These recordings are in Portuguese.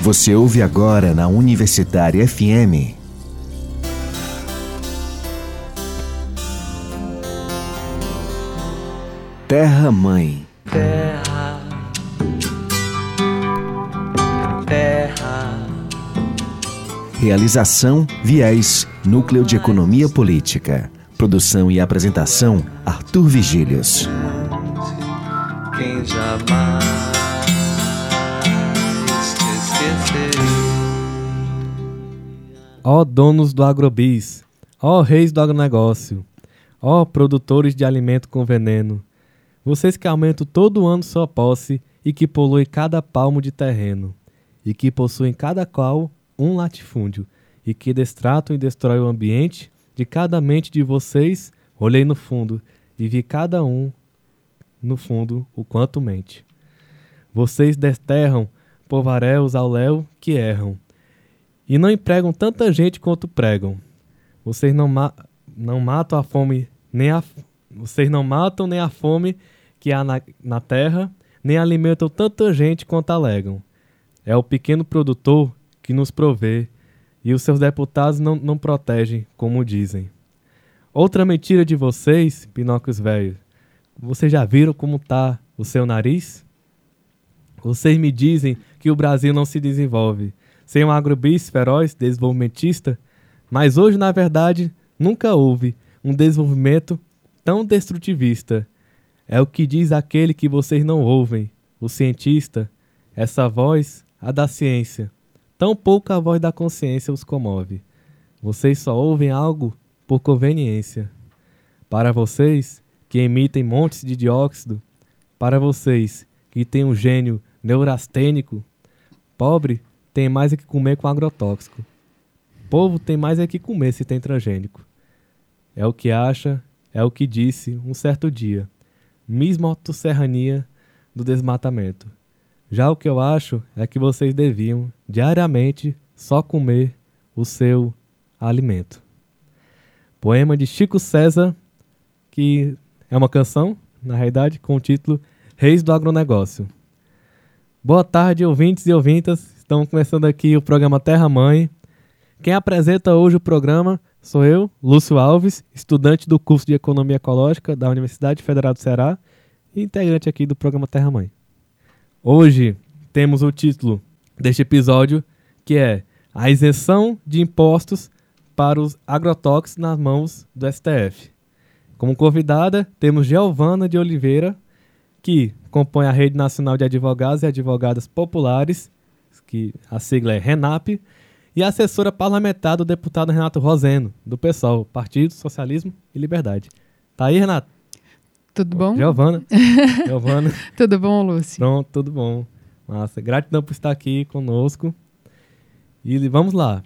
Você ouve agora na Universitária FM. Terra Mãe. Terra, terra. Realização Viés, Núcleo de Economia Política. Produção e apresentação Arthur Vigílios. Quem jamais te esquecer. Ó donos do agrobis, ó reis do agronegócio, ó produtores de alimento com veneno, vocês que aumentam todo ano sua posse e que poluem cada palmo de terreno, e que possuem cada qual um latifúndio, e que destratam e destroem o ambiente, de cada mente de vocês olhei no fundo e vi cada um no fundo o quanto mente. Vocês desterram povaréus ao léu que erram, e não empregam tanta gente quanto pregam. Vocês não matam a fome, vocês não matam nem a fome que há na terra, nem alimentam tanta gente quanto alegam. É o pequeno produtor que nos provê, e os seus deputados não protegem, como dizem. Outra mentira de vocês, Pinóquios velhos. Vocês já viram como tá o seu nariz? Vocês me dizem que o Brasil não se desenvolve sem um agrobis feroz, desenvolvimentista, mas hoje, na verdade, nunca houve um desenvolvimento tão destrutivista. É o que diz aquele que vocês não ouvem, o cientista, essa voz, a da ciência. Tão pouco a voz da consciência os comove. Vocês só ouvem algo por conveniência. Para vocês, que emitem montes de dióxido, para vocês, que têm um gênio neurastênico, pobre tem mais é que comer com agrotóxico. Povo tem mais é que comer se tem transgênico. É o que acha, é o que disse um certo dia, Miss Motosserrania do desmatamento. Já o que eu acho é que vocês deviam, diariamente, só comer o seu alimento. Poema de Chico César, que é uma canção, na realidade, com o título Reis do Agronegócio. Boa tarde, ouvintes e ouvintas. Estamos começando aqui o programa Terra Mãe. Quem apresenta hoje o programa sou eu, Lúcio Alves, estudante do curso de Economia Ecológica da Universidade Federal do Ceará e integrante aqui do programa Terra Mãe. Hoje temos o título deste episódio, que é a isenção de impostos para os agrotóxicos nas mãos do STF. Como convidada, temos Giovana de Oliveira, que compõe a Rede Nacional de Advogados e Advogadas Populares, que a sigla é RENAP, e a assessora parlamentar do deputado Renato Roseno, do PSOL, Partido Socialismo e Liberdade. Tá aí, Renato? Tudo bom? Giovana. Tudo bom, Lúcio? Pronto, tudo bom. Massa. Gratidão por estar aqui conosco. E vamos lá.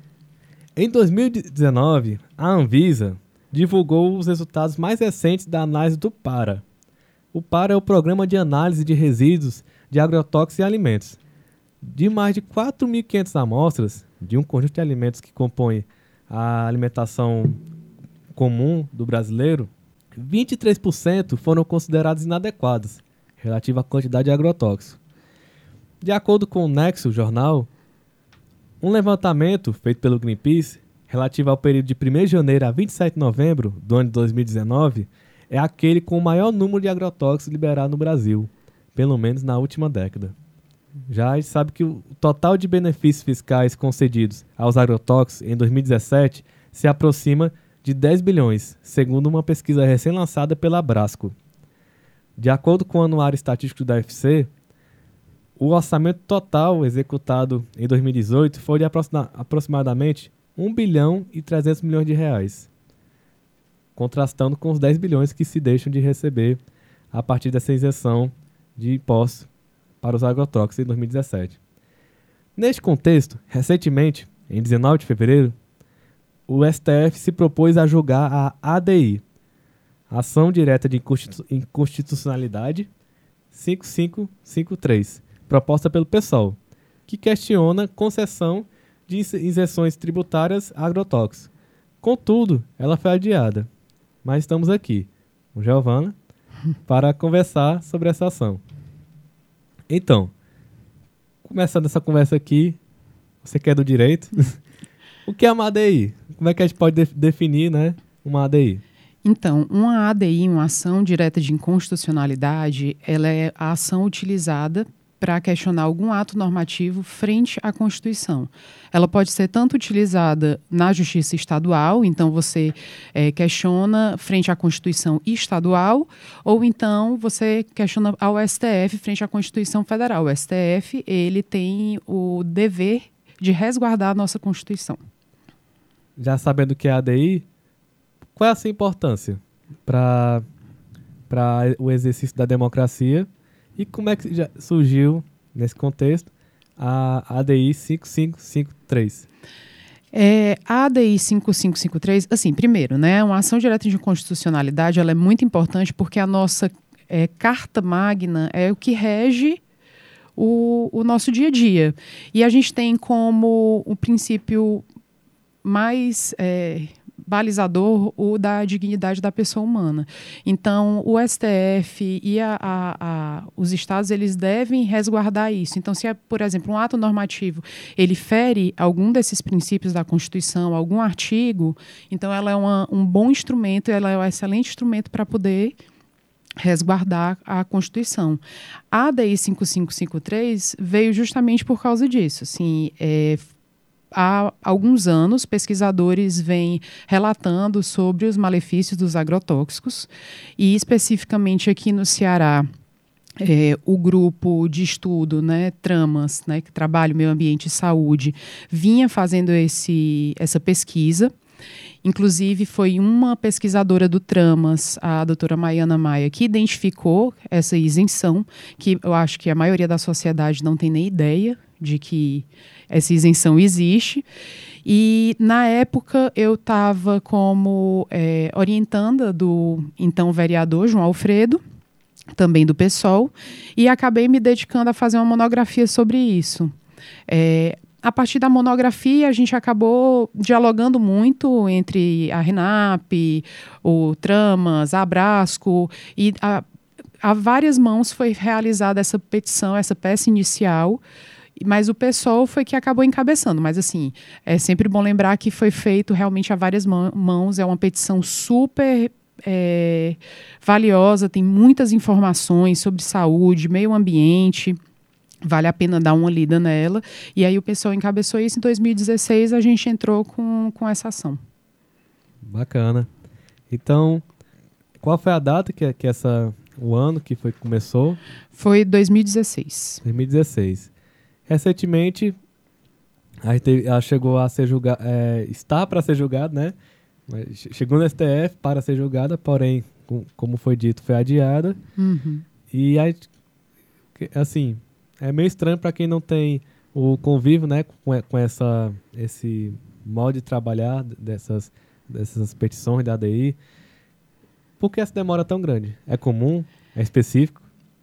Em 2019, a Anvisa divulgou os resultados mais recentes da análise do PARA. O PARA é o Programa de Análise de Resíduos de Agrotóxicos e Alimentos. De mais de 4.500 amostras de um conjunto de alimentos que compõe a alimentação comum do brasileiro, 23% foram considerados inadequados, relativo à quantidade de agrotóxicos. De acordo com o Nexo Jornal, um levantamento feito pelo Greenpeace, relativo ao período de 1º de janeiro a 27 de novembro do ano de 2019, é aquele com o maior número de agrotóxicos liberados no Brasil, pelo menos na última década. Já a gente sabe que o total de benefícios fiscais concedidos aos agrotóxicos em 2017 se aproxima de 10 bilhões, segundo uma pesquisa recém-lançada pela Abrasco. De acordo com o Anuário Estatístico da UFC, o orçamento total executado em 2018 foi de aproximadamente 1 bilhão e 300 milhões de reais, contrastando com os 10 bilhões que se deixam de receber a partir dessa isenção de impostos para os agrotóxicos em 2017. Neste contexto, recentemente, em 19 de fevereiro, o STF se propôs a julgar a ADI, Ação Direta de Inconstitucionalidade 5553, proposta pelo PSOL, que questiona concessão de isenções tributárias a agrotóxicos. Contudo, ela foi adiada. Mas estamos aqui, com Giovana, para conversar sobre essa ação. Então, começando essa conversa aqui, você que é do direito, o que é uma ADI? Como é que a gente pode definir, né, uma ADI? Então, uma ADI, uma ação direta de inconstitucionalidade, ela é a ação utilizada para questionar algum ato normativo frente à Constituição. Ela pode ser tanto utilizada na Justiça Estadual, então você questiona frente à Constituição estadual, ou então você questiona ao STF frente à Constituição Federal. O STF, ele tem o dever de resguardar a nossa Constituição. Já sabendo que é ADI, qual é a sua importância para o exercício da democracia e como é que já surgiu, nesse contexto, a ADI 5553? A ADI 5553, assim, primeiro, né, uma ação direta de inconstitucionalidade, ela é muito importante porque a nossa carta magna é o que rege o nosso dia a dia. E a gente tem como o princípio mais balizador o da dignidade da pessoa humana. Então, o STF e os estados, eles devem resguardar isso. Então, se é, por exemplo, um ato normativo, ele fere algum desses princípios da Constituição, algum artigo, então ela é um bom instrumento, ela é um excelente instrumento para poder resguardar a Constituição. A ADI 5553 veio justamente por causa disso. Assim, há alguns anos, pesquisadores vêm relatando sobre os malefícios dos agrotóxicos e, especificamente aqui no Ceará, o grupo de estudo, né, Tramas, né, que trabalha o meio ambiente e saúde, vinha fazendo essa pesquisa. Inclusive, foi uma pesquisadora do Tramas, a doutora Maiana Maia, que identificou essa isenção, que eu acho que a maioria da sociedade não tem nem ideia de que essa isenção existe. E, na época, eu estava como orientanda do então vereador João Alfredo, também do PSOL, e acabei me dedicando a fazer uma monografia sobre isso. A partir da monografia, a gente acabou dialogando muito entre a RENAP, o Tramas, a Abrasco, e a várias mãos foi realizada essa petição, essa peça inicial, mas o PSOL foi que acabou encabeçando. Mas, assim, é sempre bom lembrar que foi feito realmente a várias mãos, é uma petição super valiosa, tem muitas informações sobre saúde, meio ambiente. Vale a pena dar uma lida nela. E aí o pessoal encabeçou isso. Em 2016, a gente entrou com essa ação. Bacana. Então, qual foi a data o ano que começou? Foi 2016. 2016. Recentemente, ela chegou a ser julgada, está para ser julgada, né? Chegou no STF para ser julgada, porém, como foi dito, foi adiada. Uhum. E aí, assim, é meio estranho para quem não tem o convívio, né, com esse modo de trabalhar dessas petições da ADI. Por que essa demora tão grande? É comum? É específico?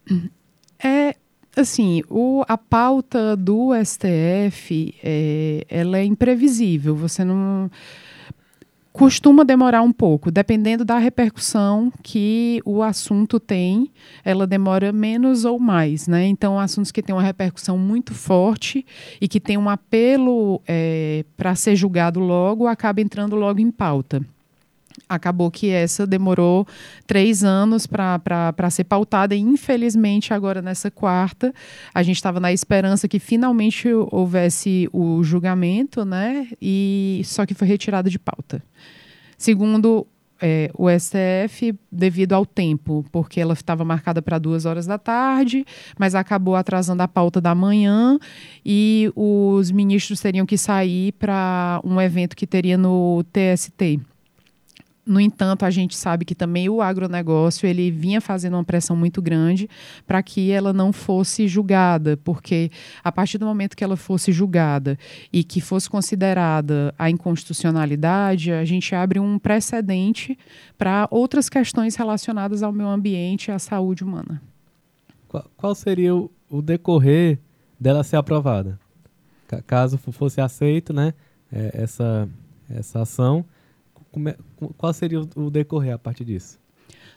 Assim, a pauta do STF, ela é imprevisível. Você não... Costuma demorar um pouco, dependendo da repercussão que o assunto tem, ela demora menos ou mais, né? Então, assuntos que têm uma repercussão muito forte e que tem um apelo para ser julgado logo, acaba entrando logo em pauta. Acabou que essa demorou 3 anos para ser pautada e, infelizmente, agora nessa quarta, a gente estava na esperança que finalmente houvesse o julgamento, né? E só que foi retirada de pauta. Segundo o STF, devido ao tempo, porque ela estava marcada para 2 horas da tarde, mas acabou atrasando a pauta da manhã e os ministros teriam que sair para um evento que teria no TST. No entanto, a gente sabe que também o agronegócio ele vinha fazendo uma pressão muito grande para que ela não fosse julgada, porque a partir do momento que ela fosse julgada e que fosse considerada a inconstitucionalidade, a gente abre um precedente para outras questões relacionadas ao meio ambiente e à saúde humana. Qual seria o decorrer dela ser aprovada? Caso fosse aceito, né, essa ação, qual seria o decorrer a partir disso?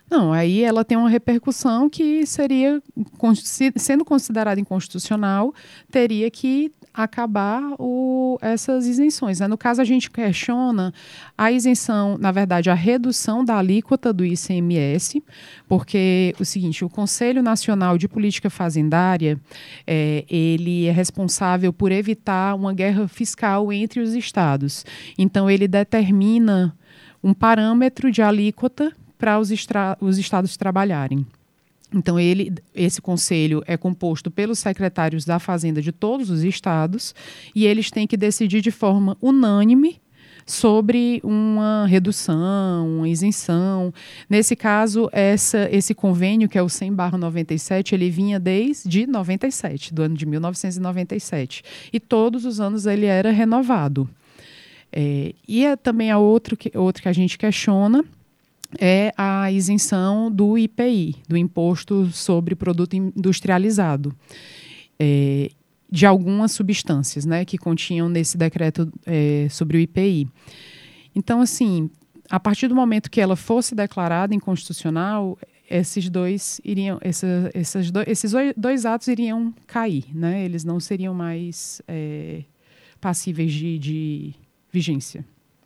Não, aí ela tem uma repercussão que seria, sendo considerada inconstitucional, teria que acabar essas isenções, né? No caso, a gente questiona a isenção, na verdade, a redução da alíquota do ICMS, porque o seguinte, o Conselho Nacional de Política Fazendária, ele é responsável por evitar uma guerra fiscal entre os estados. Então, ele determina um parâmetro de alíquota para os estados trabalharem. Então, esse conselho é composto pelos secretários da Fazenda de todos os estados e eles têm que decidir de forma unânime sobre uma redução, uma isenção. Nesse caso, esse convênio, que é o 100/97, ele vinha desde 97, do ano de 1997. E todos os anos ele era renovado. E também a outro que a gente questiona é a isenção do IPI, do Imposto sobre Produto Industrializado, de algumas substâncias, né, que continham nesse decreto sobre o IPI. Então, assim, a partir do momento que ela fosse declarada inconstitucional, esses dois atos iriam cair, né? Eles não seriam mais passíveis de vigência.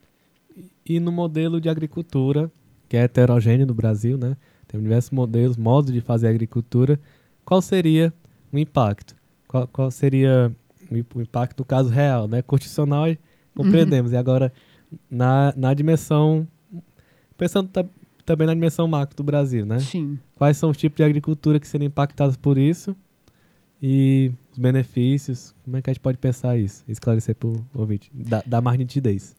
E no modelo de agricultura, que é heterogêneo no Brasil, né? Tem diversos modos de fazer agricultura. Qual seria o impacto? Qual seria o impacto no caso real, né? Constitucional, compreendemos. E agora, na dimensão... Pensando também na dimensão macro do Brasil, né? Sim. Quais são os tipos de agricultura que seriam impactados por isso? E os benefícios? Como é que a gente pode pensar isso? Esclarecer para o ouvinte. Dar mais nitidez.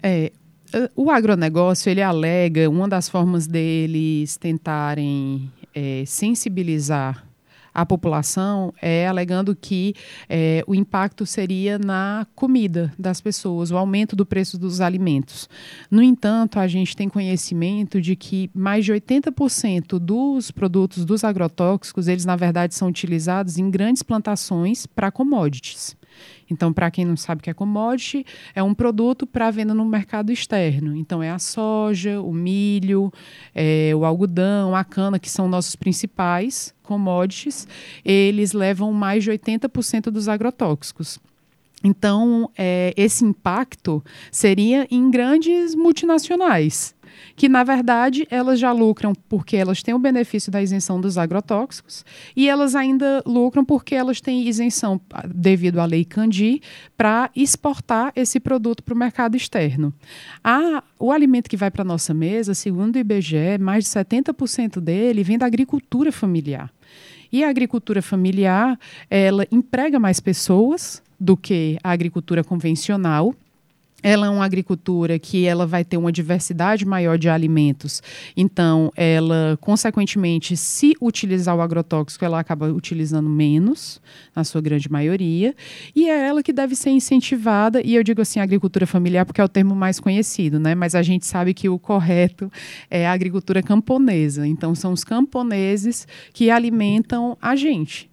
O agronegócio, ele alega, uma das formas deles tentarem sensibilizar a população é alegando que o impacto seria na comida das pessoas, o aumento do preço dos alimentos. No entanto, a gente tem conhecimento de que mais de 80% dos produtos dos agrotóxicos, eles na verdade são utilizados em grandes plantações para commodities. Então, para quem não sabe o que é commodity, é um produto para venda no mercado externo. Então, é a soja, o milho, o algodão, a cana, que são nossos principais commodities. Eles levam mais de 80% dos agrotóxicos. Então, esse impacto seria em grandes multinacionais, que, na verdade, elas já lucram porque elas têm o benefício da isenção dos agrotóxicos e elas ainda lucram porque elas têm isenção devido à Lei Candir para exportar esse produto para o mercado externo. O alimento que vai para a nossa mesa, segundo o IBGE, mais de 70% dele vem da agricultura familiar. E a agricultura familiar, ela emprega mais pessoas do que a agricultura convencional. Ela é uma agricultura que ela vai ter uma diversidade maior de alimentos. Então, ela, consequentemente, se utilizar o agrotóxico, ela acaba utilizando menos, na sua grande maioria. E é ela que deve ser incentivada, e eu digo assim, agricultura familiar, porque é o termo mais conhecido, né? Mas a gente sabe que o correto é a agricultura camponesa. Então, são os camponeses que alimentam a gente.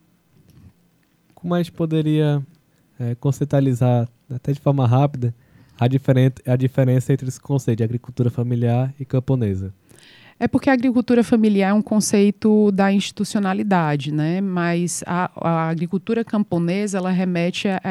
Como a gente poderia conceitualizar, até de forma rápida, a diferença entre esse conceito de agricultura familiar e camponesa? É porque a agricultura familiar é um conceito da institucionalidade, né? Mas a agricultura camponesa, ela remete a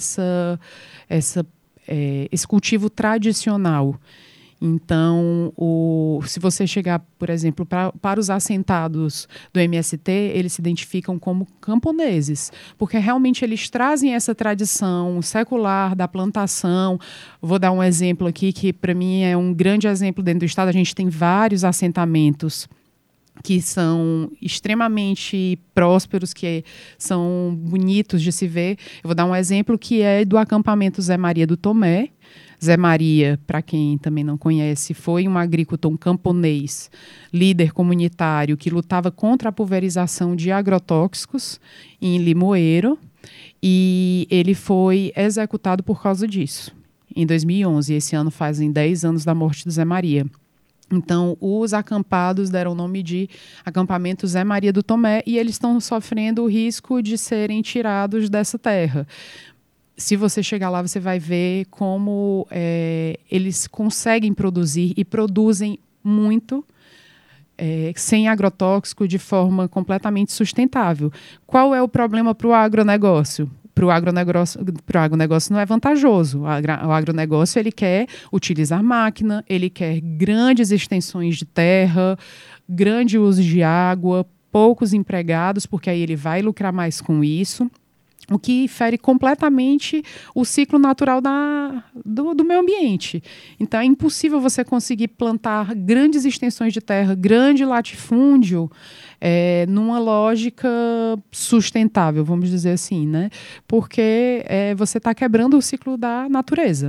esse cultivo tradicional. Então, se você chegar, por exemplo, para os assentados do MST, eles se identificam como camponeses, porque realmente eles trazem essa tradição secular da plantação. Vou dar um exemplo aqui que, para mim, é um grande exemplo dentro do estado. A gente tem vários assentamentos que são extremamente prósperos, que são bonitos de se ver. Eu vou dar um exemplo que é do acampamento Zé Maria do Tomé. Zé Maria, para quem também não conhece, foi um agricultor, um camponês, líder comunitário que lutava contra a pulverização de agrotóxicos em Limoeiro, e ele foi executado por causa disso, em 2011. Esse ano fazem 10 anos da morte do Zé Maria. Então, os acampados deram o nome de acampamento Zé Maria do Tomé e eles estão sofrendo o risco de serem tirados dessa terra. Se você chegar lá, você vai ver como eles conseguem produzir e produzem muito sem agrotóxico de forma completamente sustentável. Qual é o problema para o agronegócio? Para o agronegócio não é vantajoso. O agronegócio ele quer utilizar máquina, ele quer grandes extensões de terra, grande uso de água, poucos empregados, porque aí ele vai lucrar mais com isso, o que fere completamente o ciclo natural do meio ambiente. Então, é impossível você conseguir plantar grandes extensões de terra, grande latifúndio, numa lógica sustentável, vamos dizer assim, né? Porque você está quebrando o ciclo da natureza.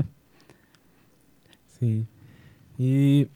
Sim. E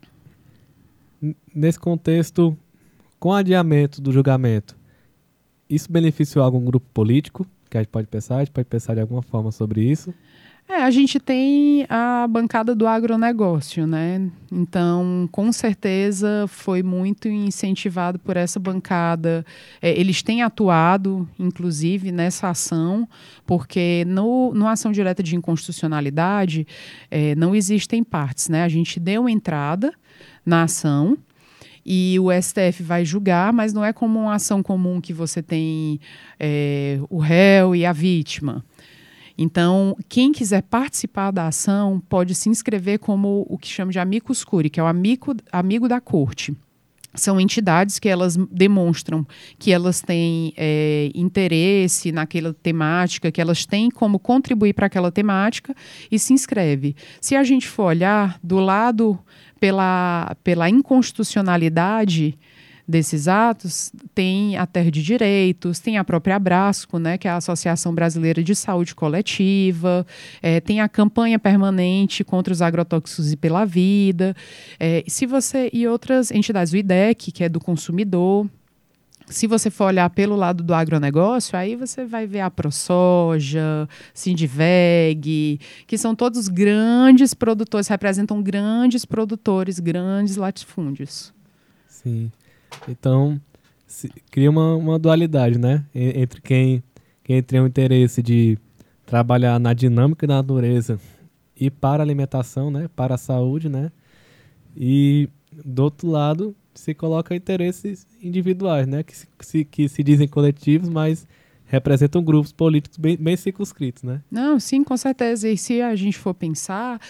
nesse contexto, com o adiamento do julgamento, isso beneficiou algum grupo político? Que a gente pode pensar de alguma forma sobre isso? A gente tem a bancada do agronegócio, né? Então, com certeza, foi muito incentivado por essa bancada. Eles têm atuado, inclusive, nessa ação, porque no ação direta de inconstitucionalidade não existem partes, né? A gente deu entrada na ação e o STF vai julgar, mas não é como uma ação comum que você tem o réu e a vítima. Então, quem quiser participar da ação pode se inscrever como o que chama de amicus curiae, que é o amigo da corte. São entidades que elas demonstram que elas têm interesse naquela temática, que elas têm como contribuir para aquela temática e se inscreve. Se a gente for olhar do lado pela inconstitucionalidade desses atos, tem a Terra de Direitos, tem a própria Abrasco, né, que é a Associação Brasileira de Saúde Coletiva, tem a campanha permanente contra os agrotóxicos e pela vida, e outras entidades, o IDEC, que é do consumidor. Se você for olhar pelo lado do agronegócio, aí você vai ver a ProSoja, Sindiveg, que são todos grandes produtores, representam grandes produtores, grandes latifúndios. Sim. Então, cria uma dualidade, né? Entre quem tem o interesse de trabalhar na dinâmica da natureza e para a alimentação, né? Para a saúde, né? E, do outro lado, se coloca interesses individuais, né? Que se dizem coletivos, mas representam grupos políticos bem circunscritos, né? Não, sim, com certeza. E se a gente for pensar,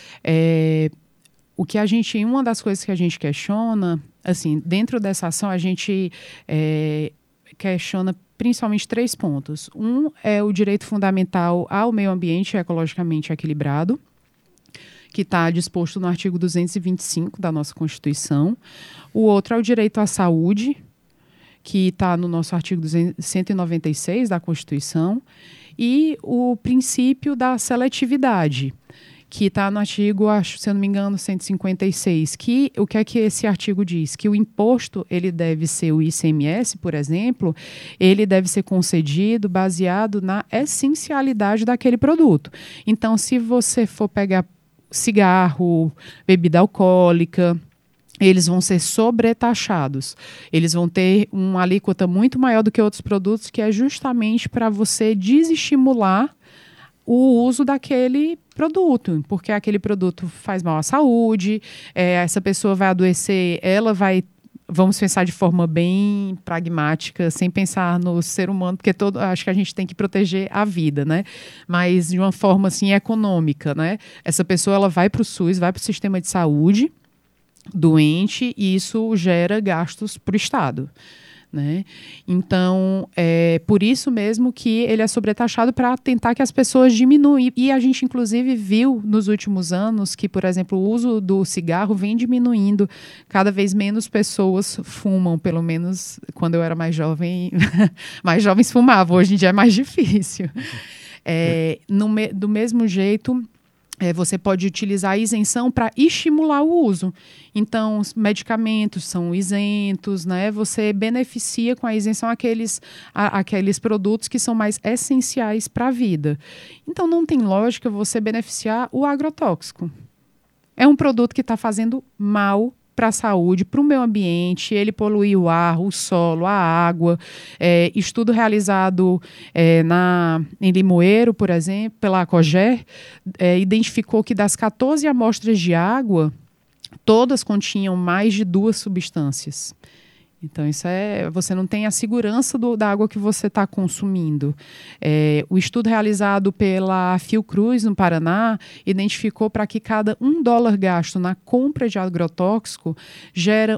uma das coisas que a gente questiona, assim, dentro dessa ação, a gente questiona principalmente 3 pontos. Um é o direito fundamental ao meio ambiente ecologicamente equilibrado, que está disposto no artigo 225 da nossa Constituição. O outro é o direito à saúde, que está no nosso artigo 196 da Constituição. E o princípio da seletividade, que está no artigo, se eu não me engano, 156, o que é que esse artigo diz? Que o imposto, ele deve ser o ICMS, por exemplo, ele deve ser concedido baseado na essencialidade daquele produto. Então, se você for pegar cigarro, bebida alcoólica, eles vão ser sobretaxados. Eles vão ter uma alíquota muito maior do que outros produtos, que é justamente para você desestimular o uso daquele produto, porque aquele produto faz mal à saúde, essa pessoa vai adoecer, vamos pensar de forma bem pragmática, sem pensar no ser humano, porque acho que a gente tem que proteger a vida, né? Mas de uma forma assim econômica, né? Essa pessoa ela vai para o SUS, vai para o sistema de saúde doente, e isso gera gastos para o Estado, né? Então, por isso mesmo que ele é sobretaxado, para tentar que as pessoas diminuam. E a gente, inclusive, viu nos últimos anos que, por exemplo, o uso do cigarro vem diminuindo. Cada vez menos pessoas fumam, pelo menos quando eu era mais jovem, mais jovens fumavam. Hoje em dia é mais difícil. Do mesmo jeito, você pode utilizar a isenção para estimular o uso. Então, os medicamentos são isentos, né? Você beneficia com a isenção aqueles produtos que são mais essenciais para a vida. Então, não tem lógica você beneficiar o agrotóxico. É um produto que está fazendo mal para a saúde, para o meio ambiente, ele polui o ar, o solo, a água. Estudo realizado em Limoeiro, por exemplo, pela COGER, identificou que das 14 amostras de água, todas continham mais de 2 substâncias. Então, você não tem a segurança da água que você está consumindo. O estudo realizado pela Fiocruz, no Paraná, identificou para que cada $1 gasto na compra de agrotóxico gera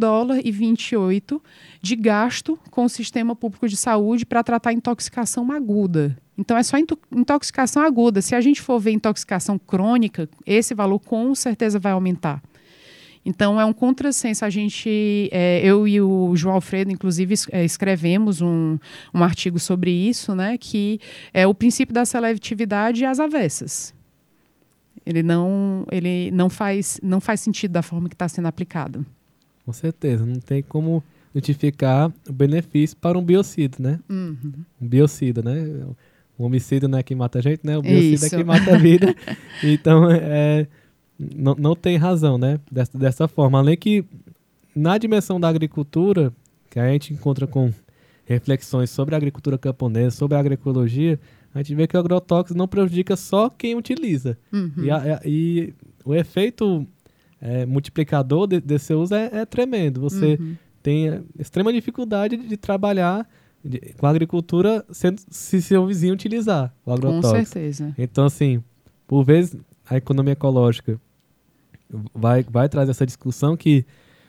$1,28 de gasto com o sistema público de saúde para tratar intoxicação aguda. Então, é só intoxicação aguda. Se a gente for ver intoxicação crônica, esse valor com certeza vai aumentar. Então, é um contrassenso. Eu e o João Alfredo, inclusive, escrevemos um artigo sobre isso, né, que é o princípio da seletividade às avessas. Ele não faz sentido da forma que está sendo aplicado. Com certeza. Não tem como notificar o benefício para um biocida, né? Uhum. Um biocida, né? O homicídio não é que mata a gente, né? O biocida Isso. é que mata a vida. Então, não tem razão, né? Dessa forma. Além que, na dimensão da agricultura, que a gente encontra com reflexões sobre a agricultura camponesa, sobre a agroecologia, a gente vê que o agrotóxico não prejudica só quem utiliza. Uhum. E o efeito multiplicador desse uso é tremendo. Você tem extrema dificuldade de trabalhar com a agricultura se seu vizinho utilizar o agrotóxico. Com certeza. Então, assim, por vezes, a economia ecológica vai trazer essa discussão que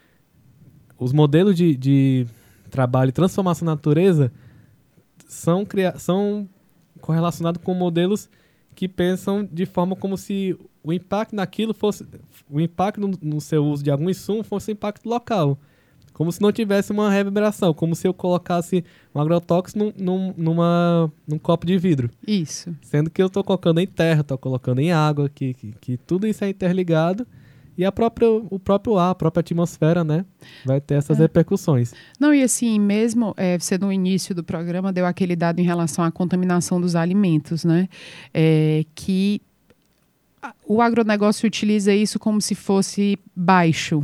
os modelos de trabalho e transformação da natureza são correlacionados com modelos que pensam de forma como se o impacto naquilo fosse... O impacto no seu uso de algum insumo fosse impacto local. Como se não tivesse uma reverberação. Como se eu colocasse um agrotóxico num copo de vidro. Isso. Sendo que eu estou colocando em terra, estou colocando em água, que tudo isso é interligado. E o próprio ar, a própria atmosfera, né? Vai ter essas repercussões. Não, e assim, mesmo você no início do programa deu aquele dado em relação à contaminação dos alimentos, né? Que o agronegócio utiliza isso como se fosse baixo,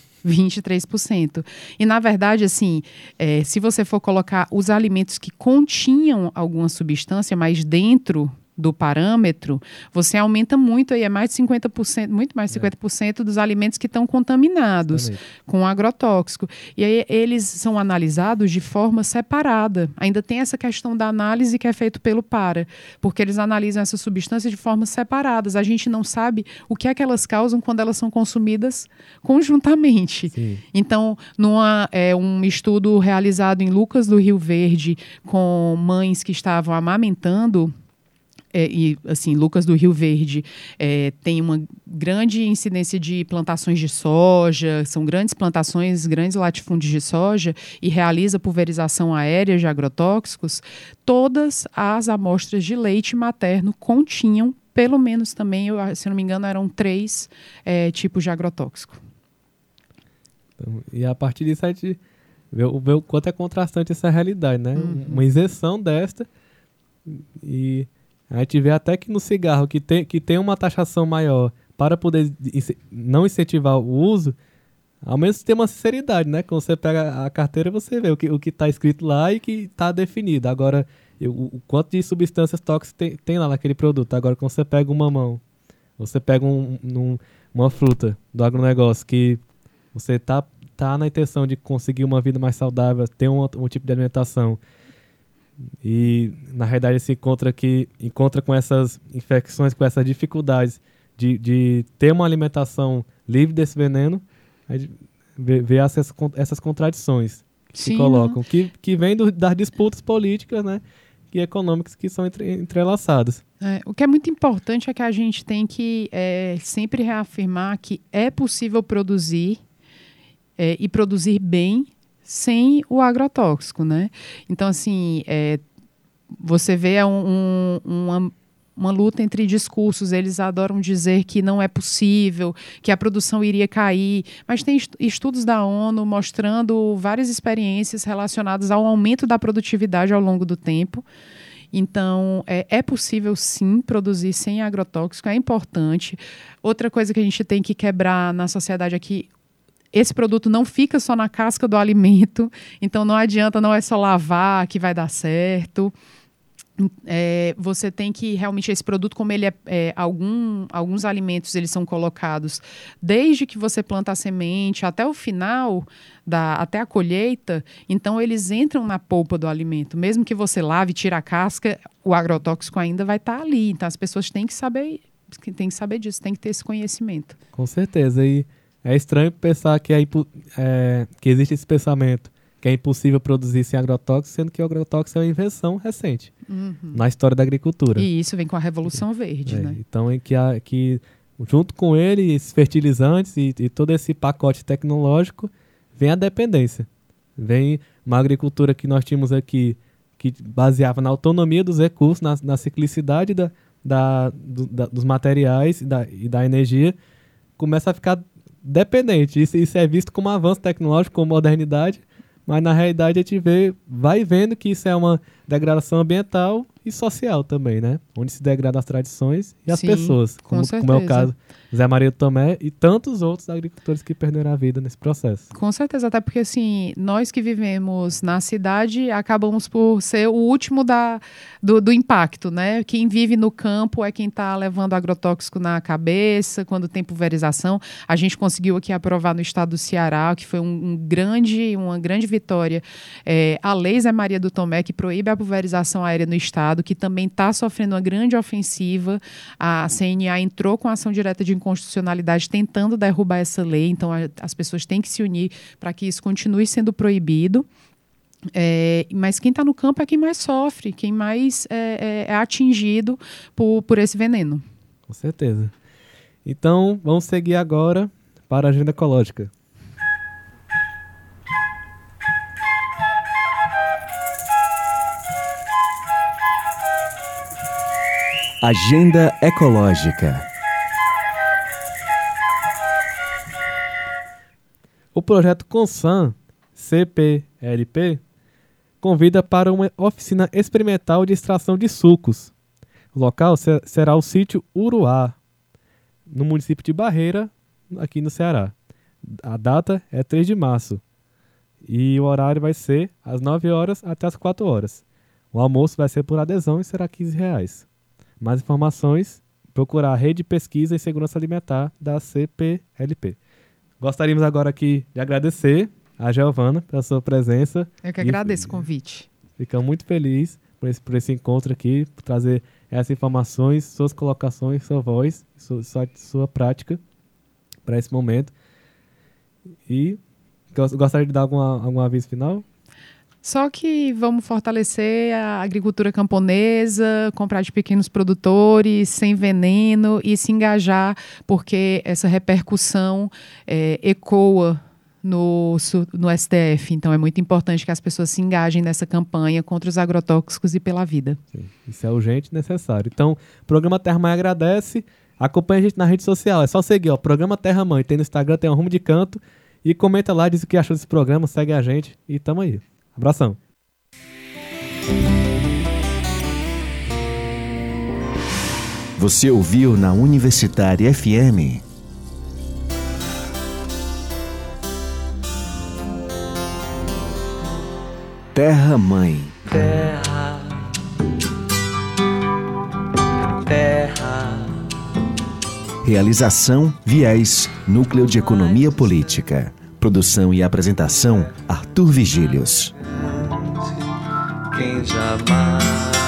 23%. E, na verdade, assim, se você for colocar os alimentos que continham alguma substância, mas dentro do parâmetro, você aumenta muito, aí é mais de 50%, muito mais de 50% dos alimentos que estão contaminados com agrotóxico. E aí eles são analisados de forma separada. Ainda tem essa questão da análise que é feita pelo PARA, porque eles analisam essas substâncias de formas separadas. A gente não sabe o que é que elas causam quando elas são consumidas conjuntamente. Sim. Então, um estudo realizado em Lucas do Rio Verde com mães que estavam amamentando, Lucas do Rio Verde tem uma grande incidência de plantações de soja, são grandes plantações, grandes latifúndios de soja, e realiza pulverização aérea de agrotóxicos. Todas as amostras de leite materno continham, pelo menos também, se não me engano, eram 3 tipos de agrotóxico. Então, e a partir disso a gente vê o quanto é contrastante essa realidade, né? Uma isenção desta e... A gente vê até que no cigarro, que tem uma taxação maior para poder não incentivar o uso, ao menos tem uma sinceridade, né? Quando você pega a carteira, você vê o que está escrito lá e que está definido. Agora, o quanto de substâncias tóxicas tem lá naquele produto. Agora, quando você pega um mamão, você pega uma fruta do agronegócio que você tá na intenção de conseguir uma vida mais saudável, ter um tipo de alimentação, e na realidade se encontra com essas infecções, com essas dificuldades de ter uma alimentação livre desse veneno, vê essas contradições que se colocam, que vêm das disputas políticas, né, e econômicas que são entrelaçadas. O que é muito importante é que a gente tem que sempre reafirmar que é possível produzir e produzir bem sem o agrotóxico, né? Então, assim, você vê uma luta entre discursos. Eles adoram dizer que não é possível, que a produção iria cair, mas tem estudos da ONU mostrando várias experiências relacionadas ao aumento da produtividade ao longo do tempo. Então, é possível, sim, produzir sem agrotóxico, é importante. Outra coisa que a gente tem que quebrar na sociedade é que esse produto não fica só na casca do alimento, então não adianta, não é só lavar que vai dar certo. Você tem que realmente esse produto, como ele alguns alimentos eles são colocados desde que você planta a semente até o final, até a colheita, então eles entram na polpa do alimento. Mesmo que você lave e tire a casca, o agrotóxico ainda vai estar ali. Então as pessoas têm que saber disso, têm que ter esse conhecimento. Com certeza. E é estranho pensar que existe esse pensamento que é impossível produzir sem agrotóxico, sendo que o agrotóxico é uma invenção recente na história da agricultura. E isso vem com a Revolução Verde, né? Então, que junto com ele, esses fertilizantes e todo esse pacote tecnológico, vem a dependência. Vem uma agricultura que nós tínhamos aqui, que baseava na autonomia dos recursos, na ciclicidade dos materiais e da energia, começa a ficar dependente. Isso é visto como um avanço tecnológico, como modernidade, mas na realidade a gente vai vendo que isso é uma degradação ambiental e social também, né? Onde se degradam as tradições e as pessoas, como é o caso de Zé Maria do Tomé e tantos outros agricultores que perderam a vida nesse processo. Com certeza, até porque assim, nós que vivemos na cidade acabamos por ser o último do impacto, né? Quem vive no campo é quem está levando agrotóxico na cabeça, quando tem pulverização. A gente conseguiu aqui aprovar no estado do Ceará, que foi uma grande vitória, a lei Zé Maria do Tomé, que proíbe a pulverização aérea no estado, que também está sofrendo uma grande ofensiva. A CNA entrou com ação direta de inconstitucionalidade tentando derrubar essa lei, então as pessoas têm que se unir para que isso continue sendo proibido. Mas quem está no campo é quem mais sofre, quem mais é atingido por esse veneno. Com certeza. Então, vamos seguir agora para a agenda ecológica. Agenda ecológica. O projeto Consan, CPLP, convida para uma oficina experimental de extração de sucos. O local será o sítio Uruá, no município de Barreira, aqui no Ceará. A data é 3 de março e o horário vai ser às 9 horas até às 4 horas. O almoço vai ser por adesão e será R$15. Mais informações, procurar a Rede de Pesquisa em Segurança Alimentar da CPLP. Gostaríamos agora aqui de agradecer a Giovana pela sua presença. Eu que agradeço o convite. Ficamos muito felizes por esse encontro aqui, por trazer essas informações, suas colocações, sua voz, sua prática para esse momento. E gostaria de dar algum aviso final? Só que vamos fortalecer a agricultura camponesa, comprar de pequenos produtores, sem veneno e se engajar, porque essa repercussão ecoa no STF. Então é muito importante que as pessoas se engajem nessa campanha contra os agrotóxicos e pela vida. Sim, isso é urgente e necessário. Então, o Programa Terra Mãe agradece. Acompanhe a gente na rede social. É só seguir, Programa Terra Mãe. Tem no Instagram, tem um rumo de canto. E comenta lá, diz o que achou desse programa, segue a gente e tamo aí. Abração. Você ouviu na Universitária FM Terra Mãe. Terra, terra. Realização Viés, Núcleo de Economia Política. Produção e apresentação Arthur Vigílios. Quem jamais